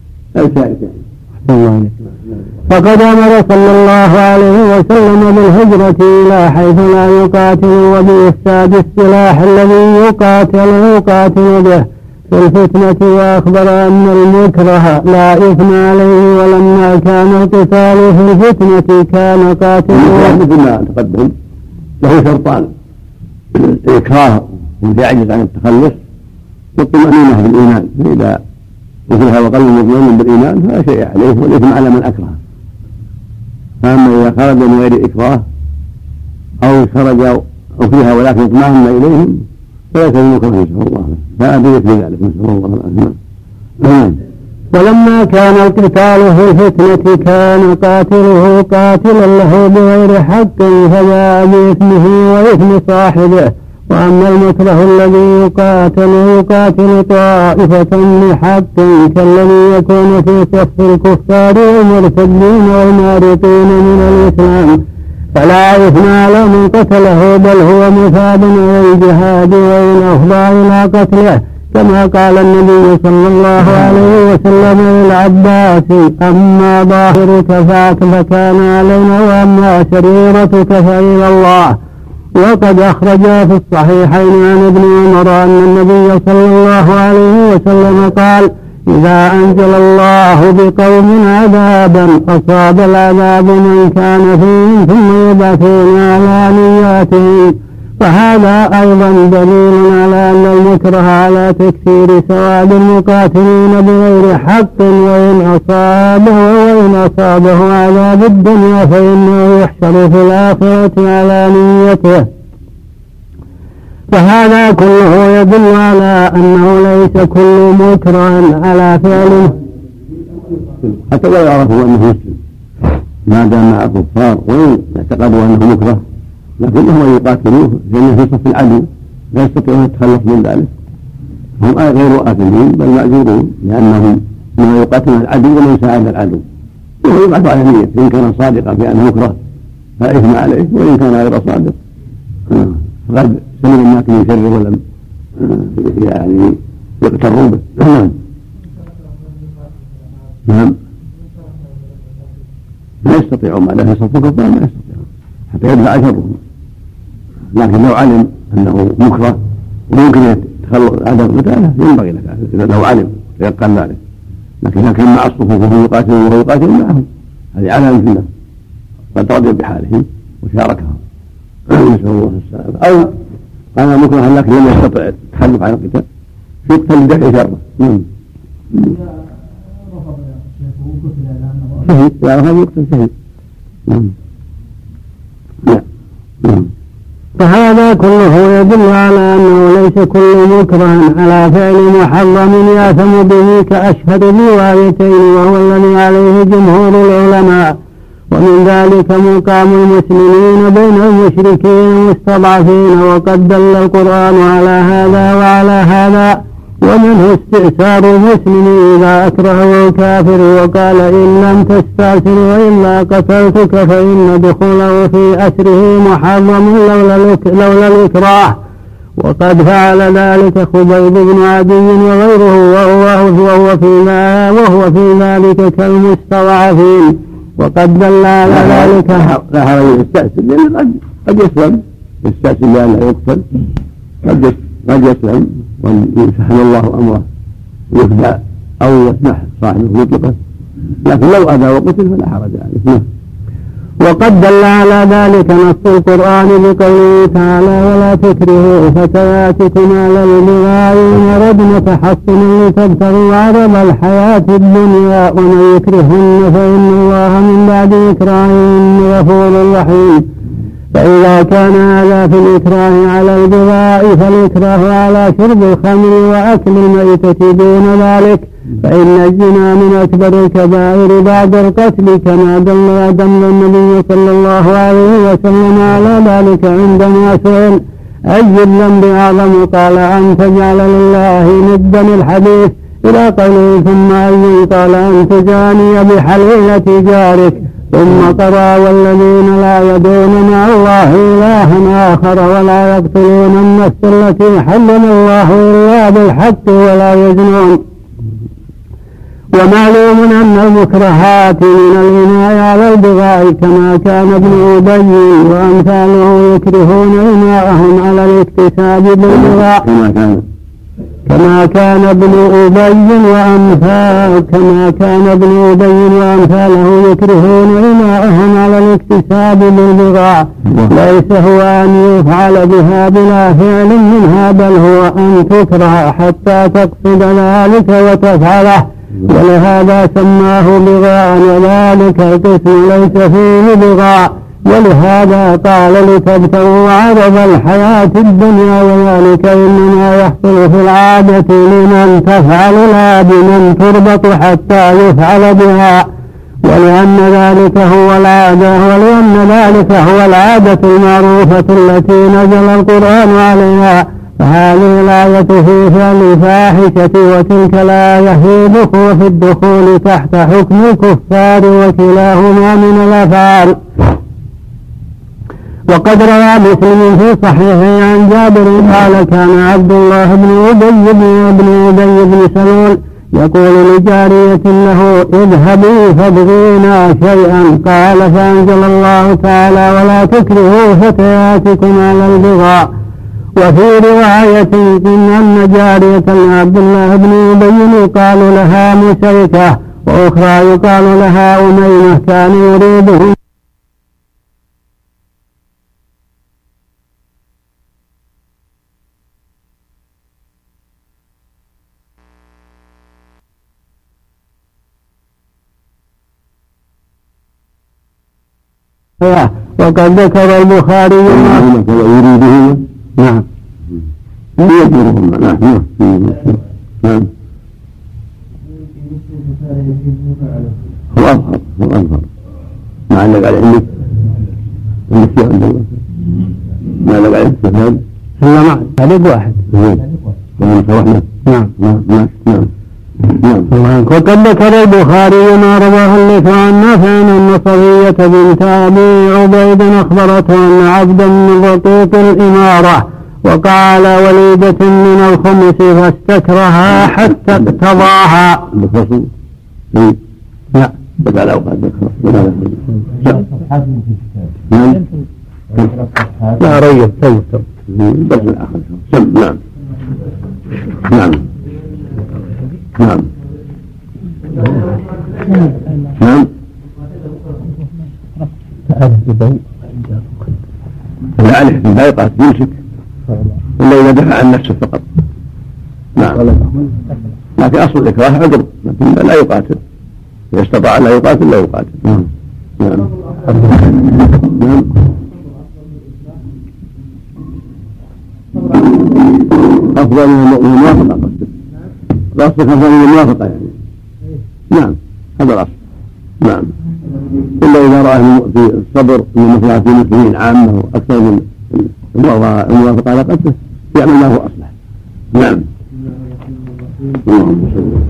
فقد أمر صلى الله عليه وسلم بالهجرة إلى حيث لا يقاتل وبإفساد السلاح الذي يقاتل به في الفتنة. وأخبر أن المكره لا إثم عليه ولما كان القتال في الفتنة كان قاتله مثل ما تقدم له شرطان الإكراه الذي يعجز عن التخلص والطمأنينة بالإيمان فإذا وفيها وقلب مطمئن بالإيمان فلا شيء عليه والإثم على من أكره. فأما إذا خرج من غير إكراه أو خرج أو فيها ولكن اطمأن إليهم فليس بمكره نسأل الله فأدرك بذلك نسأل الله العافية. ولما كان القتال في الفتنة كان قاتله قاتلا له بغير حق فجاء بإثمه وإثم صاحبه. وأما المكره الذي يقاتل طائفة لحق كالذي يكون في صف الكفار والمرتدين والمارقين من الإسلام فلا إثم على من قتله بل هو مثاب على الجهاد وإن أفضى إلى قتله كما قال النبي صلى الله عليه وسلم للعباس أما ظاهرك فكان علينا وأما سريرتك فإلى الله. وقد أخرج في الصحيحين عن ابن عمر أن النبي صلى الله عليه وسلم قال إذا أنزل الله بقوم عذابا أصاب العذاب من كان فيهم ثم يبعثون على نياتهم. فهذا أيضا دليل على أن المكره على تكثير ثواب المقاتلين بغير حق وإن أصابه عذاب الدنيا فإنه يحشر في الآخرة على نيته. فهذا كله يدل على أنه ليس كل مكره على فعله حتى لا يعرفوا أنه مسلم ما دام مع الكفار وإن اعتقدوا أنه مكره لكنهم يقاتلوه لأنه في صف العدو لا يستطيعون التخلص من ذلك. هم غير آثمين بل مأجورون لأنهم ما يقاتلون العدو ولا يساعد العدو وهو يبعث على نيته إن كان صادقا في أنه مكره فلا إثم عليه وإن كان غير صادق فقد سمع الناس من شر ولم يعني يقتروا به. نعم لا يستطيعون ما لا يصفوا كفار ما يستطيعون حتى يدفع شرهم. لكن لو علم أنه مكره وممكن يتخلص عدم قتاله ينبغي لك لو علم يقال ذلك. لكن إذا كان مع الصفوف وهو يقاتل وهو يقاتل معهم هذه علامة فينا قد رضي بحالهم وشاركهم نسأل الله السلامة. أو أنا مكره لكن لم يستطع التخلف عن القتال يقتل بدفع شره. شهيد لا هذا يقتل شهيد. فهذا كله يدل على أنه ليس كل مكره على فعل محرم يأثم به كأشهر الروايتين وهو الذي عليه جمهور العلماء. ومن ذلك مقام المسلمين بين المشركين المستضعفين وقد دل القرآن على هذا وعلى هذا. ومنه استئثار المسلم إذا أكرهه الكافر وقال إن لم تستأثر وإلا قتلتك فإن دخوله في أسره محرم لولا الإكراه. وقد فعل ذلك خبيب بن عدي وغيره وهو في ذلك كالمستضعفين. وقد دل على ذلك لا حرج يستأسل، لأن قد يسلم يستأسل لأن لا يقتل، قد يسلم ويسهل الله أمره يخدع أو يسمح صاحبه يطلقه، لكن لو أذى وقتل فلا حرج عليه. وقد دل على ذلك نص القرآن بقوله تعالى ولا تكرهوا فتياتكم على البغاء إن أردنا تحصنا لتبتغوا عرض الحياة الدنيا ومن يكرهن فإن الله من بعد إكراههن غفور رحيم. فإذا كان هذا في الإكراه على البغاء فالإكراه على شرب الخمر وأكل الميتة دون ذلك، فإن الزنا من أكبر الكبائر بعد القتل كما دل النبي صلى الله عليه وسلم على ذلك عندما سئل أي الذنب أعظم قال أن تجعل لله ندا الحديث إلى قوله ثم أي قال أن تجاني بحليلة جارك، ثم قرأ والذين لا يدعون مع الله إلها آخر ولا يقتلون النفس التي حرم الله إلا بالحق ولا يزنون. ومعلوم أن المكرهات من الغناء على البغاء كما كان ابن أبي وأمثاله يكرهون غناءهم على الاكتساب بالبغاء كما كان ابن أبي وأمثاله يكرهون غناءهم على الاكتساب بالبغاء، ليس هو أن يفعل بها بلا فعل منها، بل هو أن تكره حتى تقصد ذلك وتفعله، ولهذا سماه بغاء وذلك القسم ليس فيه بغاء، ولهذا قال لتبتغوا عرض الحياة الدنيا، وذلك إنما يحصل في العادة لمن تفعل لا بمن تربط حتى يفعل بها، ولأن ذلك هو العادة المعروفة التي نزل القرآن عليها، فهذه الآية في فعل الفاحشة وتلك الآية في الدخول تحت حكم الكفار، وكلاهما من الأفعال. وقد روى مسلم في صحيحه عن جابر قال كان عبد الله بن أبي بن سلول يقول لجارية له اذهبي فابغينا شيئا، قال فأنزل الله تعالى ولا تكرهوا فتياتكم على البغاء. وفي رواية أن جارية عبد الله بن أبي يقال لها مسيكة وأخرى يقال لها أميمة كان يريدهم وقد ذكر البخاري يريده نعم يجبرهم نعم هو أظهر ما علق عليه عندك ما علق عليه استفاد لا ما علق واحد نعم وقد ذكر البخاري ما رواه الليث عن نافع أن صفية بنت أبي عبيد أخبرته أن عبدا من رقيق الإمارة وقع على وليدة من الخمس فاستكرها حتى اقتضاها. لا بدأ الأوقات لا ريب توتر بس الآخر نعم نعم نعم نعم لا عليه لا يقاتل يمسك إلا إذا دفع عن نفسه فقط. نعم لكن أصل الإكراه عذر لكن لا يقاتل، إذا استطاع لا يقاتل لا يقاتل. نعم نعم أفضل من الموافقة الأصل أفضل من الموافقة يعني. نعم هذا الأصل. نعم إلا إذا رأى في الصبر من مصلحة المسلمين عامة أكثر من الموافقة على قتله يعمل ما هو أصلح. نعم اللهم صل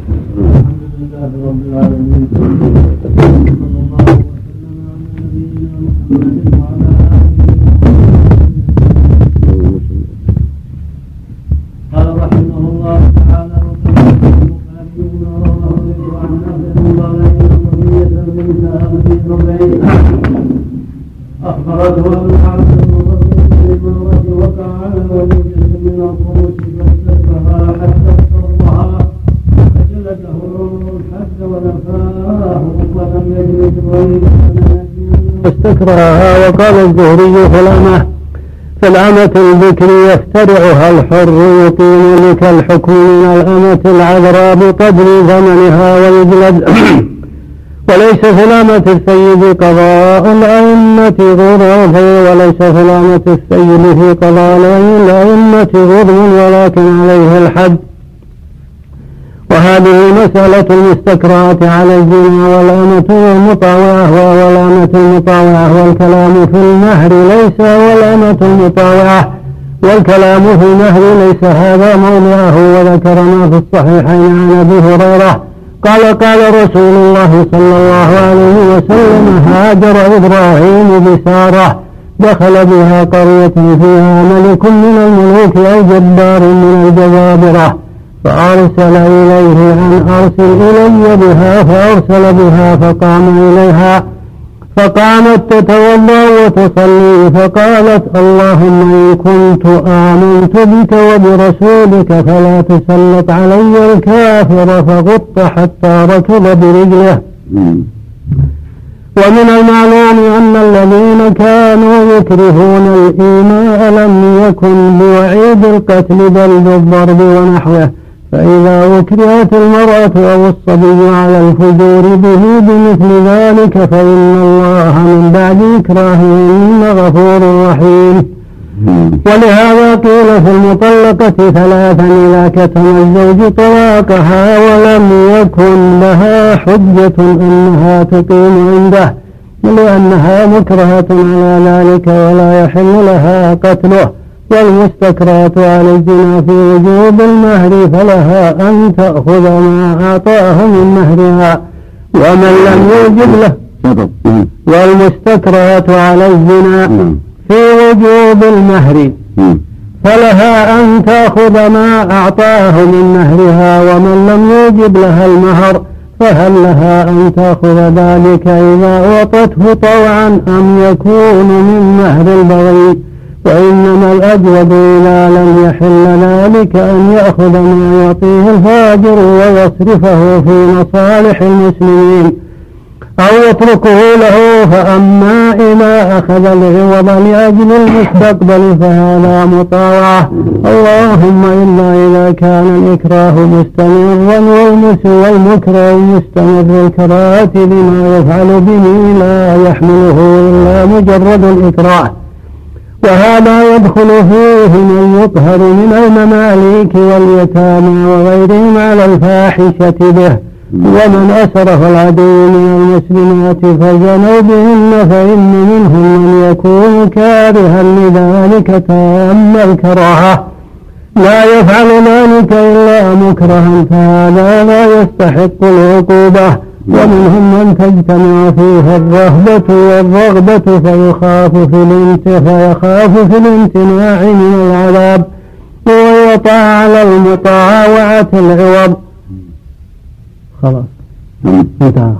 أخبرته أن عبد بالمرة وقع على وليدة من الخروج فاستكبها حتى افترضها فجلده العمر الحد ونفاه ولم يجلد غير استكرهها. وقال الزهري في الأمة البكر يفترعها الحر يقيم لك الحكم من الأمة العذراء بقدر ثمنها ويجلد. وليس في الأمة السيد قضاء الأئمة غرض، وليس في الأمة السيد في قضاء الأئمة غرض ولكن عليه الحد. وهذه مسألة المستكرهات على الزنا والأمة المطاوعة والكلام في المهر ليس والأمة المطاوعة والكلام في المهر ليس هذا موضعه. وذكر ما في الصحيحين عن أبي هريرة قال رسول الله صلى الله عليه وسلم هاجر إبراهيم بسارة دخل بها قرية فيها ملك من الملوك أو جبار من الجبابرة فأرسل إليه أن أرسل إلي بها فأرسل بها فقام إليها فقامت تتوضأ وتصلي فقالت اللهم إن كنت آمنت بك وبرسولك فلا تسلط علي الكافر فغط حتى ركض برجله. ومن المعلوم أن الذين كانوا يكرهون الإيماء لم يكن بوعيد القتل بل بالضرب ونحوه. فإذا أكرهت المرأة أو الصبي على الفجور به بمثل ذلك فإن الله من بعد إكراههن غفور رحيم. ولهذا قيل في المطلقة ثلاثا إذا كتم الزوج طلاقها ولم يكن لها حجة أنها تقيم عنده لأنها مكرهة على ذلك ولا يحل لها قتله. والمستكرهة على الزنا في وجوب المهر فلها أن تأخذ ما أعطاه من مهرها ومن لم يوجب له. والمستكرهة على الزنا في وجوب المهر فلها أن تأخذ ما أعطاه من مهرها ومن لم يوجب لها المهر فهل لها أن تأخذ ذلك إذا أعطته طوعا أم يكون من مهر البغي؟ وإنما الأجود إذا لم يحل ذلك أن يأخذ ما يعطيه الفاجر ويصرفه في مصالح المسلمين أو يتركه له. فأما إذا أخذ العوض لأجل المستقبل فهذا مطاوعة اللهم إلا إذا كان الإكراه مستمرا والمكره مستمر الكراهة بما يفعل به لا يحمله إلا مجرد الإكراه. وهذا يدخل فيه من يطهر من المماليك واليتامى وغيرهم على الفاحشة به ومن أسرف العدو من المسلمات فزنوا بهن فإن منهم من يكون كارها لذلك تام الكراهة لا يفعل ذلك إلا مكرها فهذا لا يستحق العقوبة. ومنهم من تجتمع فيه الرهبة والرغبة فيخاف في الامتناع من العذاب ويطاع على المطاوعة العوض. خلاص انتهى.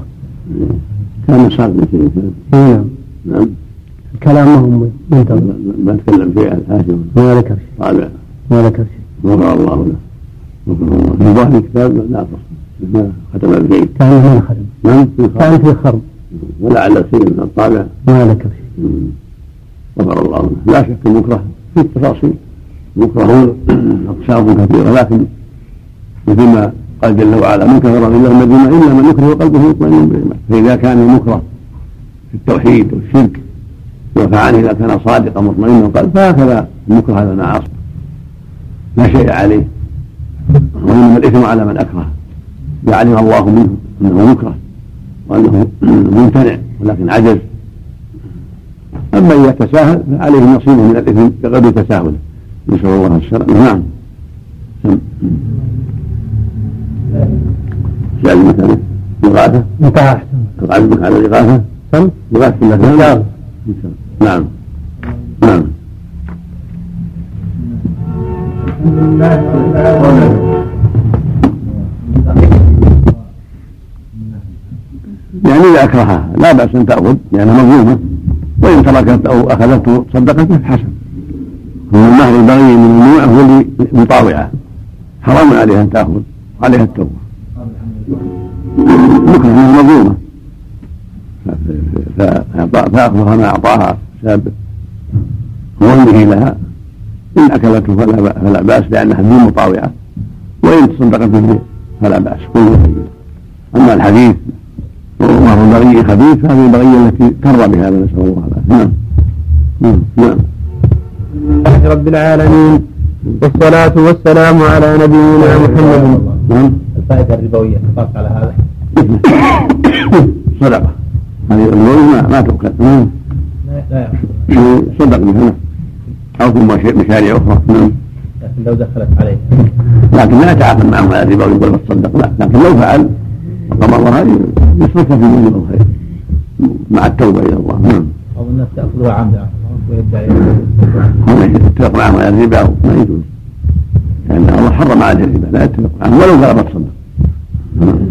كان صار بشيء. نعم كلامهم منتظر. ما تكلم فيه الحاكم ما ذكر شيء. ما ذكر شيء. غفر الله له. في ظاهر الكتاب لا تصل ما ختم البيت. كان من خرم. كان في خرم. ولعل شيء من الطابع. ما ذكر شيء. غفر الله له. لا شك المكره في التفاصيل. المكرهون أقسام كثيرة لكن مثل ما قال جل وعلا من كفر بالله الذين إلا من يكره قلبه مطمئن بالإيمان. فإذا كان المكره في التوحيد والشرك وفعل إذا كان صادقا مطمئنا القلب فهكذا المكره على المعاصي لا شيء عليه. وإنما الإثم على من أكره يعلم الله منه أنه مكره وأنه ممتنع ولكن عجز. أما إذا تساهل فعليه نصيبه من الإثم بقدر تساهله. نسأل الله السلامة. نعم. سؤال مثلا إغاثة انتهى. تقعد على الإغاثة إغاثة المكان. نعم نعم. يعني يعني إذا أكرهها لا بأس أن تأخذ لأنها مظلومة، وإن تركت أو أخذته صدقته حسن. المهر البغي من الممنوع هو اللي مطاوعة، حرام عليها أن تأخذ، عليها التوبة. مكرهة مظلومة فأخذها ما أعطاها بسبب ظلمه لها، إن أكلته فلا بأس لأنها دون مطاوعة، وإن تصدقت به فلا بأس كله طيب. أما الحديث وهو البغي خبيث هذه البغية التي كر بهذا، نسأل الله العافية. نعم. لله رب العالمين، والصلاة والسلام على نبينا محمد. نعم. الفائدة الربوية تقاس على هذا صدقة، هذه الربوية ما تؤكل. لا صدق بها أو في مشاريع أخرى. نعم. لكن لو دخلت عليه لكن لا يتعاقد معهم على الربا ويقول تصدق، لا، لكن لو فعل وقبضها يصرفها في موجب الخير مع التوبة إلى الله. نعم. أو الناس تأخذها عمدا ويدعي هم يتفق معهم على الربا ما يجوز، لأن الله حرم عليه الربا، لا يتفق معهم ولو قال تصدق.